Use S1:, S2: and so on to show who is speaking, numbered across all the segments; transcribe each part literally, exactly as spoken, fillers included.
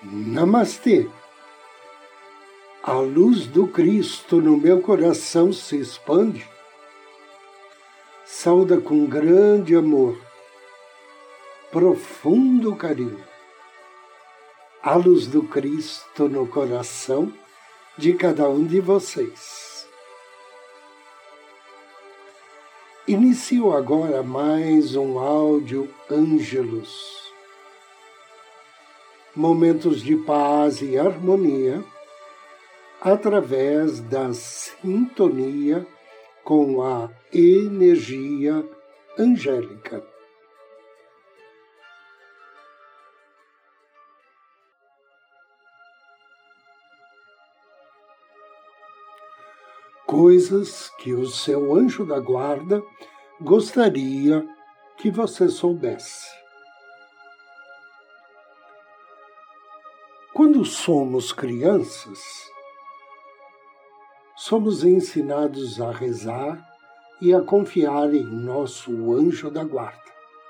S1: Namastê! A luz do Cristo no meu coração se expande, sauda com grande amor, profundo carinho, a luz do Cristo no coração de cada um de vocês. Inicio agora mais um áudio Ângelos. Momentos de paz e harmonia através da sintonia com a energia angélica. Coisas que o seu anjo da guarda gostaria que você soubesse. Quando somos crianças, somos ensinados a rezar e a confiar em nosso anjo da guarda.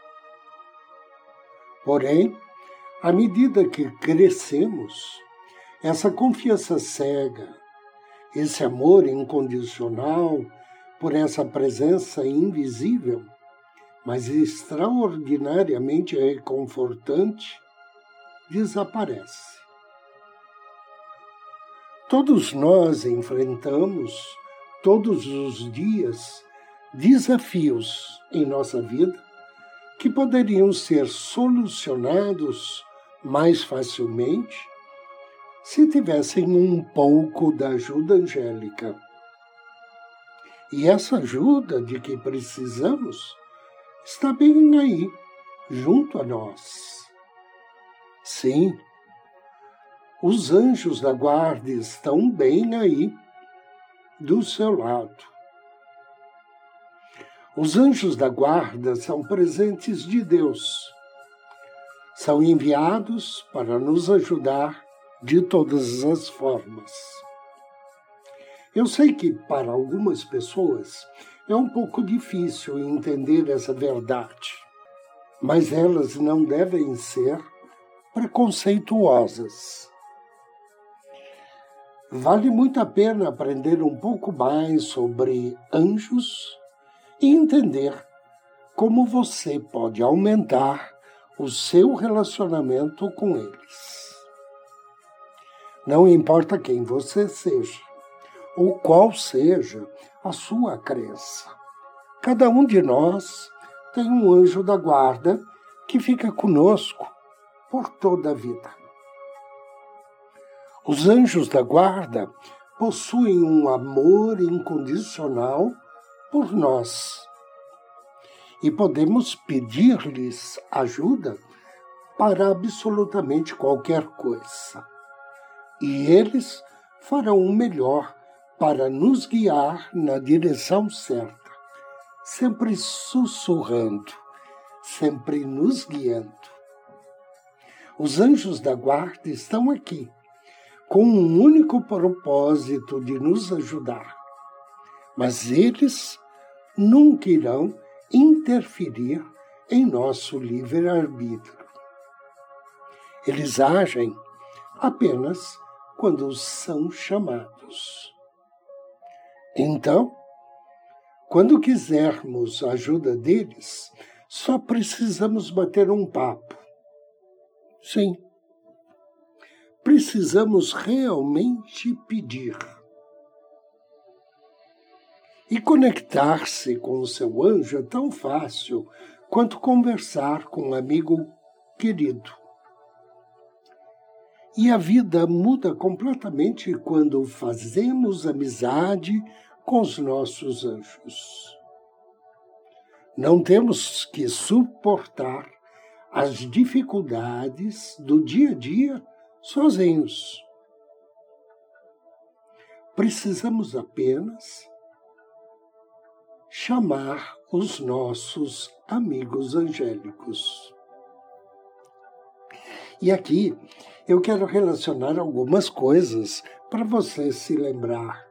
S1: Porém, à medida que crescemos, essa confiança cega, esse amor incondicional por essa presença invisível, mas extraordinariamente reconfortante, desaparece. Todos nós enfrentamos, todos os dias, desafios em nossa vida que poderiam ser solucionados mais facilmente se tivessem um pouco da ajuda angélica. E essa ajuda de que precisamos está bem aí, junto a nós. Sim, os anjos da guarda estão bem aí, do seu lado. Os anjos da guarda são presentes de Deus. São enviados para nos ajudar de todas as formas. Eu sei que para algumas pessoas é um pouco difícil entender essa verdade, mas elas não devem ser preconceituosas. Vale muito a pena aprender um pouco mais sobre anjos e entender como você pode aumentar o seu relacionamento com eles. Não importa quem você seja, ou qual seja a sua crença. Cada um de nós tem um anjo da guarda que fica conosco por toda a vida. Os anjos da guarda possuem um amor incondicional por nós e podemos pedir-lhes ajuda para absolutamente qualquer coisa. E eles farão o melhor para nos guiar na direção certa, sempre sussurrando, sempre nos guiando. Os anjos da guarda estão aqui, com um único propósito de nos ajudar, mas eles nunca irão interferir em nosso livre-arbítrio. Eles agem apenas quando são chamados. Então, quando quisermos a ajuda deles, só precisamos bater um papo. Sim. Precisamos realmente pedir. E conectar-se com o seu anjo é tão fácil quanto conversar com um amigo querido. E a vida muda completamente quando fazemos amizade com os nossos anjos. Não temos que suportar as dificuldades do dia a dia sozinhos. Precisamos apenas chamar os nossos amigos angélicos. E aqui eu quero relacionar algumas coisas para você se lembrar.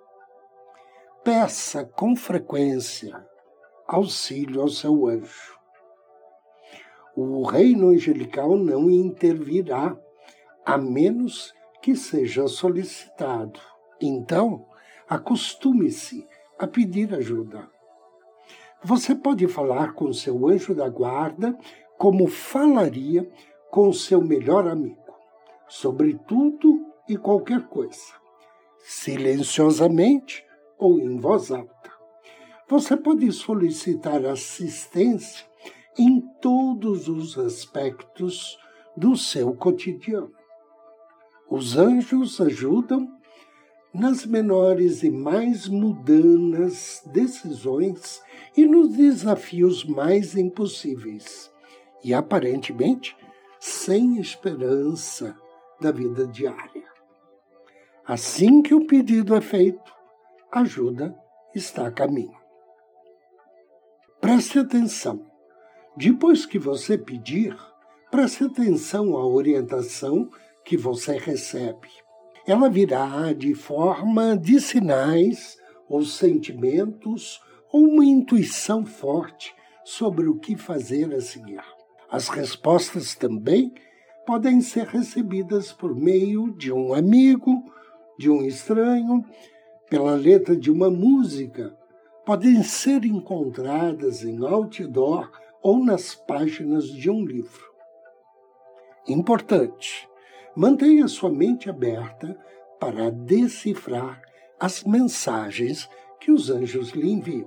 S1: Peça com frequência auxílio ao seu anjo. O reino angelical não intervirá a menos que seja solicitado. Então, acostume-se a pedir ajuda. Você pode falar com seu anjo da guarda como falaria com seu melhor amigo, sobre tudo e qualquer coisa, silenciosamente ou em voz alta. Você pode solicitar assistência em todos os aspectos do seu cotidiano. Os anjos ajudam nas menores e mais mundanas decisões e nos desafios mais impossíveis, e aparentemente sem esperança da vida diária. Assim que o pedido é feito, a ajuda está a caminho. Preste atenção. Depois que você pedir, preste atenção à orientação que você recebe. Ela virá de forma de sinais ou sentimentos ou uma intuição forte sobre o que fazer a seguir. As respostas também podem ser recebidas por meio de um amigo, de um estranho, pela letra de uma música, podem ser encontradas em outdoor ou nas páginas de um livro. Importante, mantenha sua mente aberta para decifrar as mensagens que os anjos lhe enviam.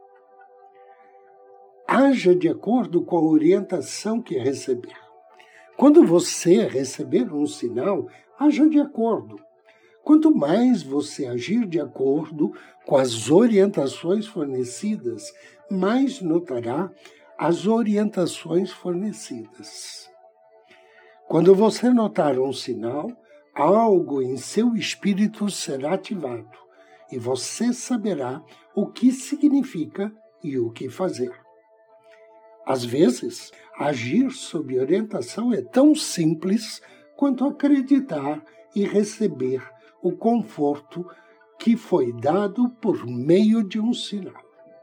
S1: Haja de acordo com a orientação que receber. Quando você receber um sinal, haja de acordo. Quanto mais você agir de acordo com as orientações fornecidas, mais notará as orientações fornecidas. Quando você notar um sinal, algo em seu espírito será ativado e você saberá o que significa e o que fazer. Às vezes, agir sob orientação é tão simples quanto acreditar e receber o conforto que foi dado por meio de um sinal.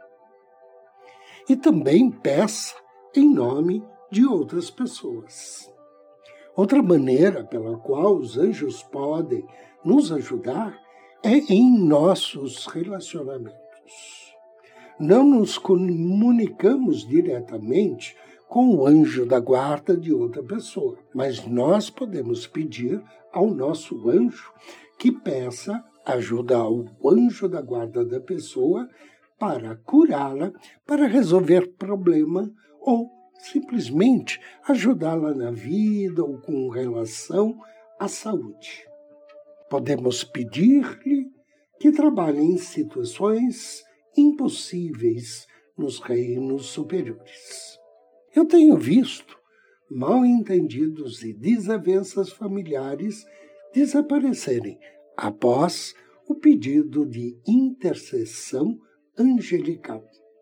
S1: E também peça em nome de outras pessoas. Outra maneira pela qual os anjos podem nos ajudar é em nossos relacionamentos. Não nos comunicamos diretamente com o anjo da guarda de outra pessoa, mas nós podemos pedir ao nosso anjo que peça ajuda ao anjo da guarda da pessoa para curá-la, para resolver problema ou simplesmente ajudá-la na vida ou com relação à saúde. Podemos pedir-lhe que trabalhe em situações impossíveis nos reinos superiores. Eu tenho visto mal-entendidos e desavenças familiares desaparecerem após o pedido de intercessão angelical.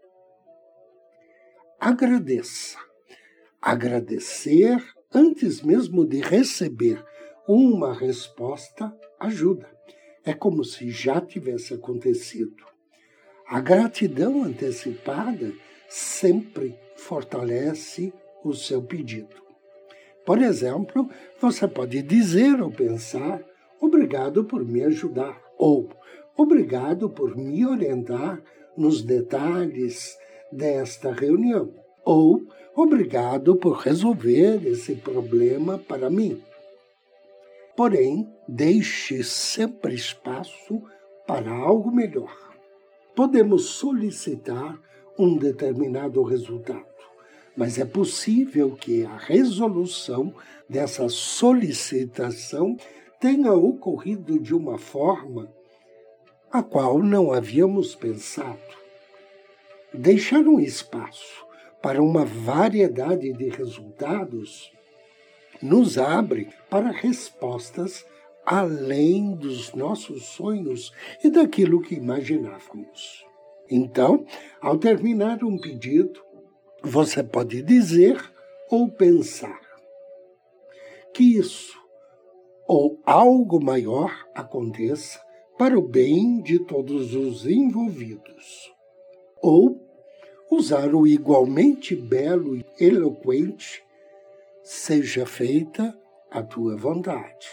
S1: Agradeça. Agradecer antes mesmo de receber uma resposta ajuda. É como se já tivesse acontecido. A gratidão antecipada sempre fortalece o seu pedido. Por exemplo, você pode dizer ou pensar: obrigado por me ajudar, ou obrigado por me orientar nos detalhes desta reunião, ou obrigado por resolver esse problema para mim. Porém, deixe sempre espaço para algo melhor. Podemos solicitar um determinado resultado, mas é possível que a resolução dessa solicitação tenha ocorrido de uma forma a qual não havíamos pensado. Deixar um espaço para uma variedade de resultados nos abre para respostas além dos nossos sonhos e daquilo que imaginávamos. Então, ao terminar um pedido, você pode dizer ou pensar que isso ou algo maior aconteça para o bem de todos os envolvidos. Ou usar o igualmente belo e eloquente: seja feita a tua vontade.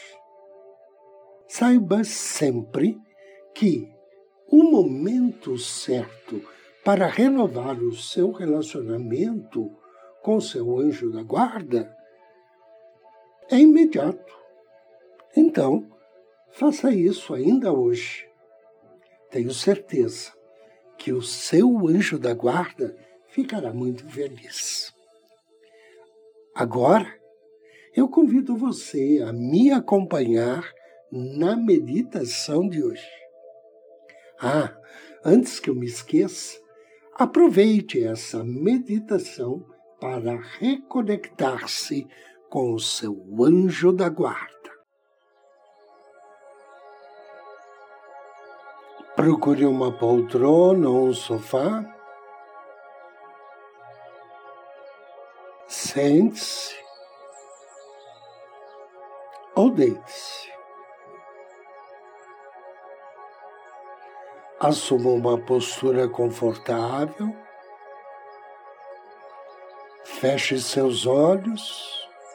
S1: Saiba sempre que o momento certo para renovar o seu relacionamento com seu anjo da guarda é imediato. Então, faça isso ainda hoje. Tenho certeza que o seu anjo da guarda ficará muito feliz. Agora, eu convido você a me acompanhar na meditação de hoje. Ah, antes que eu me esqueça, aproveite essa meditação para reconectar-se com o seu anjo da guarda. Procure uma poltrona ou um sofá. Sente-se ou deite-se. Assuma uma postura confortável. Feche seus olhos.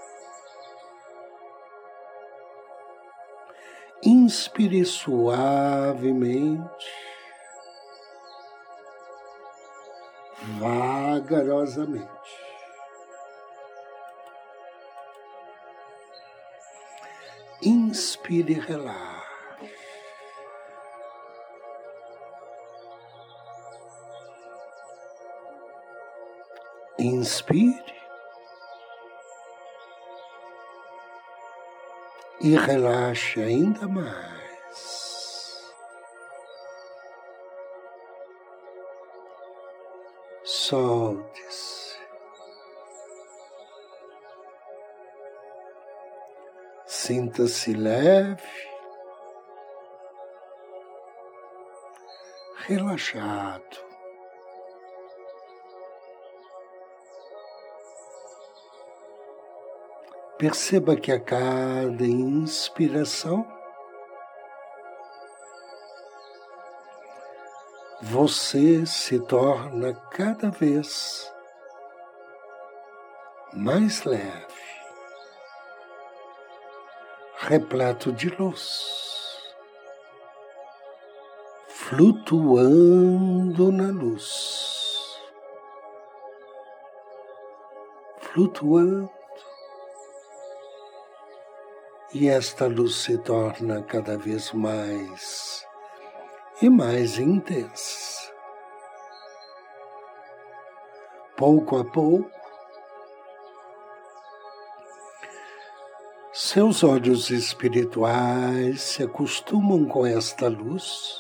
S1: Inspire suavemente, vagarosamente. Inspire e relaxe. Inspire e relaxe ainda mais. Solte-se. Sinta-se leve, relaxado. Perceba que a cada inspiração, você se torna cada vez mais leve, repleto de luz, flutuando na luz, flutuando. E esta luz se torna cada vez mais e mais intensa. Pouco a pouco, seus olhos espirituais se acostumam com esta luz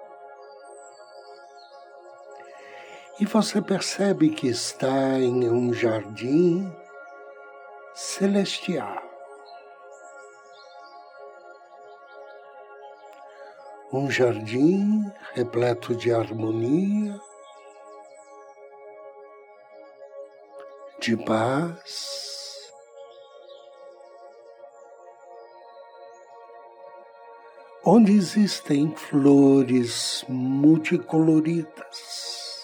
S1: e você percebe que está em um jardim celestial. Um jardim repleto de harmonia, de paz, onde existem flores multicoloridas,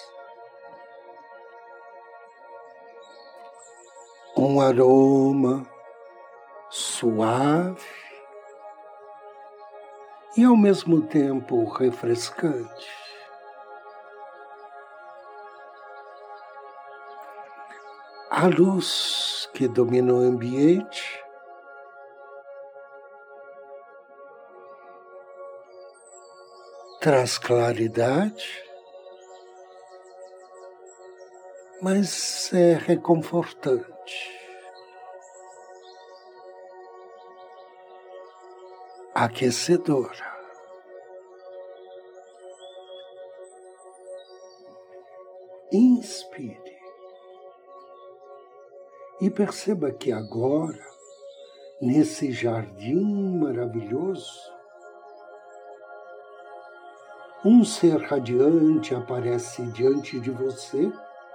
S1: um aroma suave, e ao mesmo tempo refrescante. A luz que domina o ambiente traz claridade, mas é reconfortante. Aquecedora. Inspire e perceba que agora, nesse jardim maravilhoso, um ser radiante aparece diante de você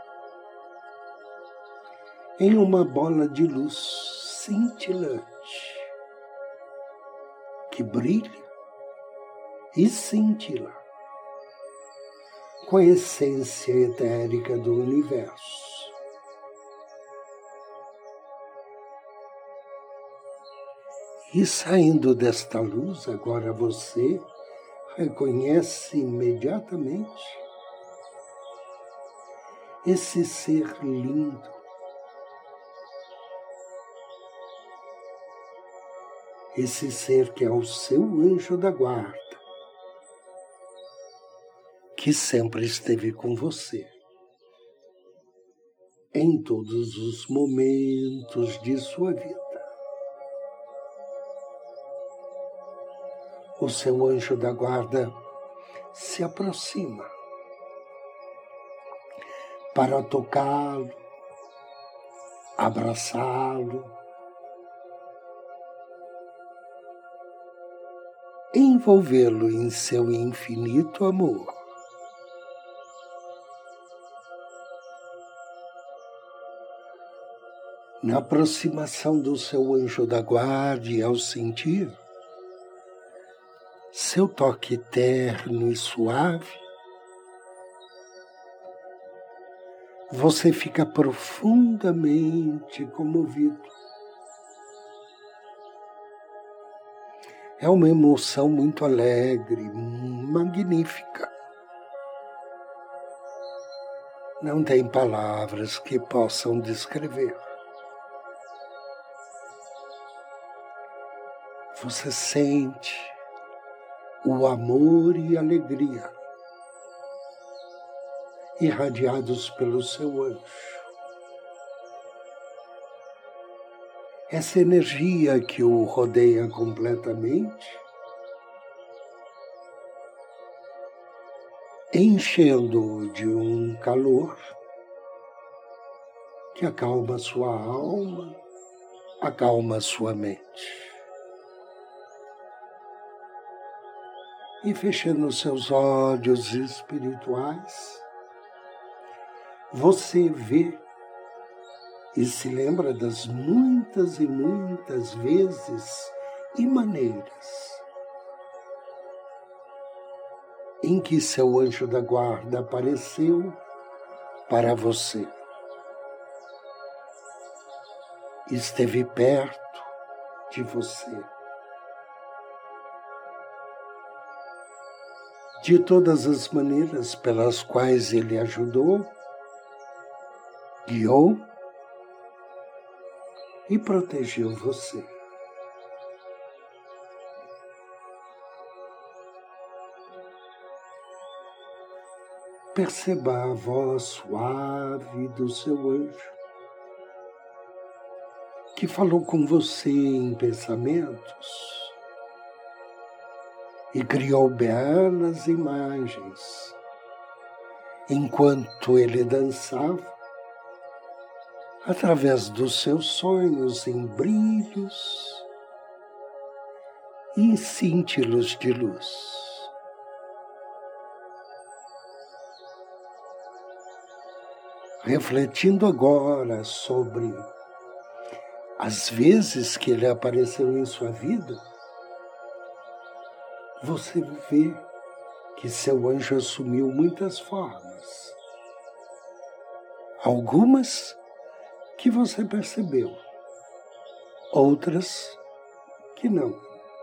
S1: em uma bola de luz cintilante, que brilha e cintila com a essência etérica do universo. E saindo desta luz, agora você reconhece imediatamente esse ser lindo, esse ser que é o seu anjo da guarda, que sempre esteve com você em todos os momentos de sua vida. O seu anjo da guarda se aproxima para tocá-lo, abraçá-lo, envolvê-lo em seu infinito amor. Na aproximação do seu anjo da guarda e ao sentir seu toque terno e suave, você fica profundamente comovido. É uma emoção muito alegre, magnífica. Não tem palavras que possam descrever. Você sente o amor e a alegria irradiados pelo seu anjo. Essa energia que o rodeia completamente, enchendo-o de um calor que acalma sua alma, acalma sua mente. E fechando seus olhos espirituais, você vê e se lembra das muitas e muitas vezes e maneiras em que seu anjo da guarda apareceu para você. Esteve perto de você. De todas as maneiras pelas quais ele ajudou, guiou e protegeu você. Perceba a voz suave do seu anjo, que falou com você em pensamentos e criou belas imagens enquanto ele dançava através dos seus sonhos em brilhos e em cintilos de luz. Refletindo agora sobre as vezes que ele apareceu em sua vida, você vê que seu anjo assumiu muitas formas. Algumas que você percebeu, outras que não.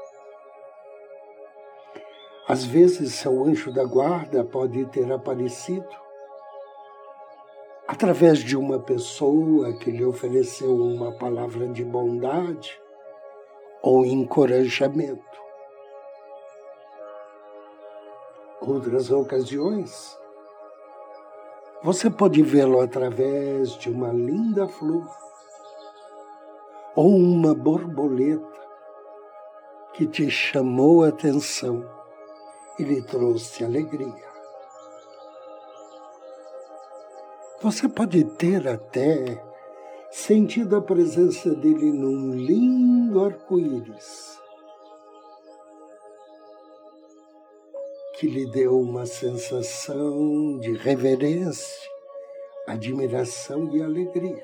S1: Às vezes, seu anjo da guarda pode ter aparecido através de uma pessoa que lhe ofereceu uma palavra de bondade ou encorajamento. Outras ocasiões, você pode vê-lo através de uma linda flor ou uma borboleta que te chamou a atenção e lhe trouxe alegria. Você pode ter até sentido a presença dele num lindo arco-íris, que lhe deu uma sensação de reverência, admiração e alegria.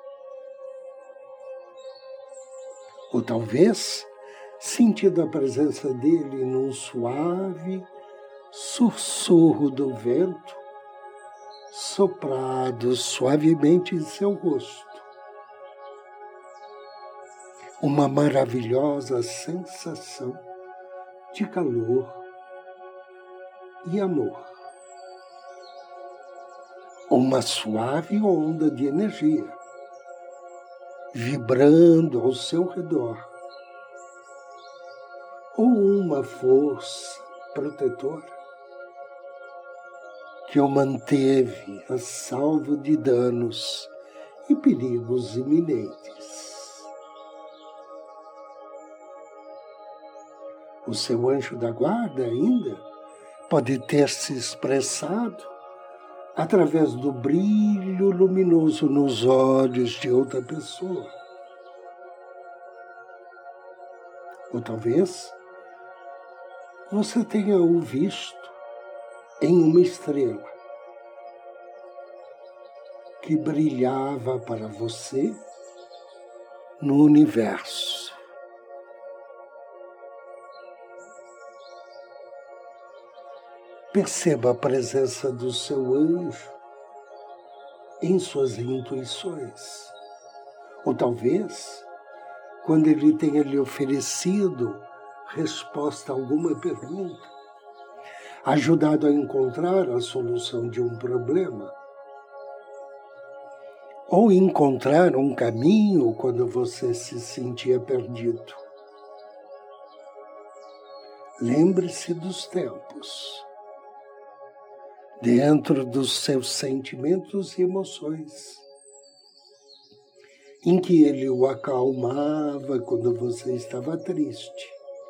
S1: Ou talvez sentido a presença dele num suave sussurro do vento, soprado suavemente em seu rosto. uma maravilhosa sensação de calor e amor. Uma suave onda de energia vibrando ao seu redor, ou uma força protetora que o manteve a salvo de danos e perigos iminentes. O seu anjo da guarda ainda pode ter se expressado através do brilho luminoso nos olhos de outra pessoa. Ou talvez você tenha o visto em uma estrela que brilhava para você no universo. Perceba a presença do seu anjo em suas intuições. Ou talvez, quando ele tenha lhe oferecido resposta a alguma pergunta, ajudado a encontrar a solução de um problema, ou encontrar um caminho quando você se sentia perdido. Lembre-se dos tempos, dentro dos seus sentimentos e emoções, em que ele o acalmava quando você estava triste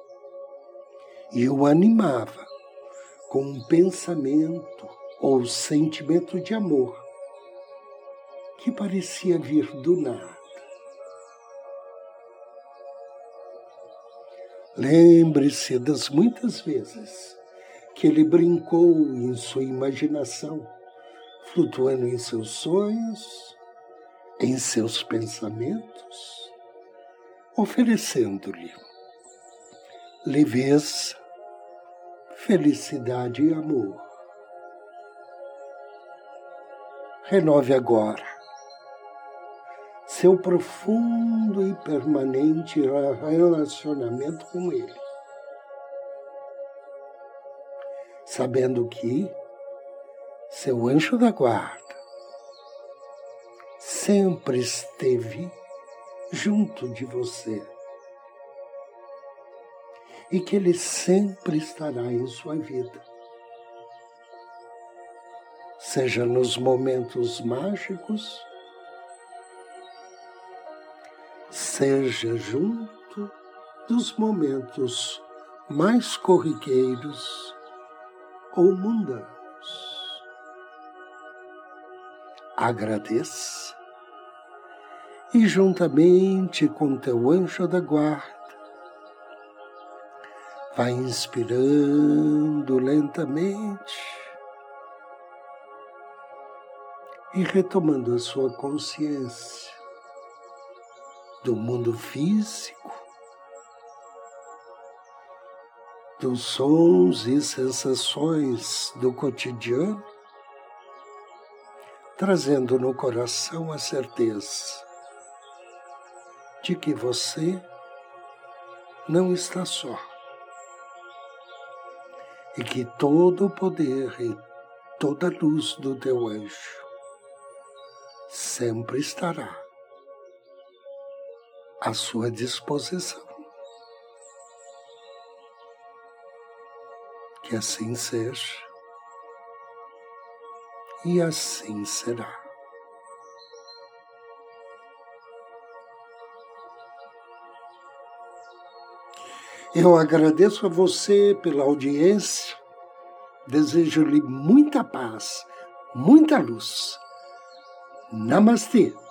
S1: e o animava com um pensamento ou sentimento de amor que parecia vir do nada. Lembre-se das muitas vezes que ele brincou em sua imaginação, flutuando em seus sonhos, em seus pensamentos, oferecendo-lhe leveza, felicidade e amor. Renove agora seu profundo e permanente relacionamento com ele, sabendo que seu anjo da guarda sempre esteve junto de você e que ele sempre estará em sua vida, seja nos momentos mágicos, seja junto dos momentos mais corriqueiros ou mundanos. Agradeça e, juntamente com teu anjo da guarda, vai inspirando lentamente e retomando a sua consciência do mundo físico, dos sons e sensações do cotidiano, trazendo no coração a certeza de que você não está só e que todo o poder e toda a luz do teu anjo sempre estará à sua disposição. Que assim seja e assim será. Eu agradeço a você pela audiência, desejo-lhe muita paz, muita luz. Namastê!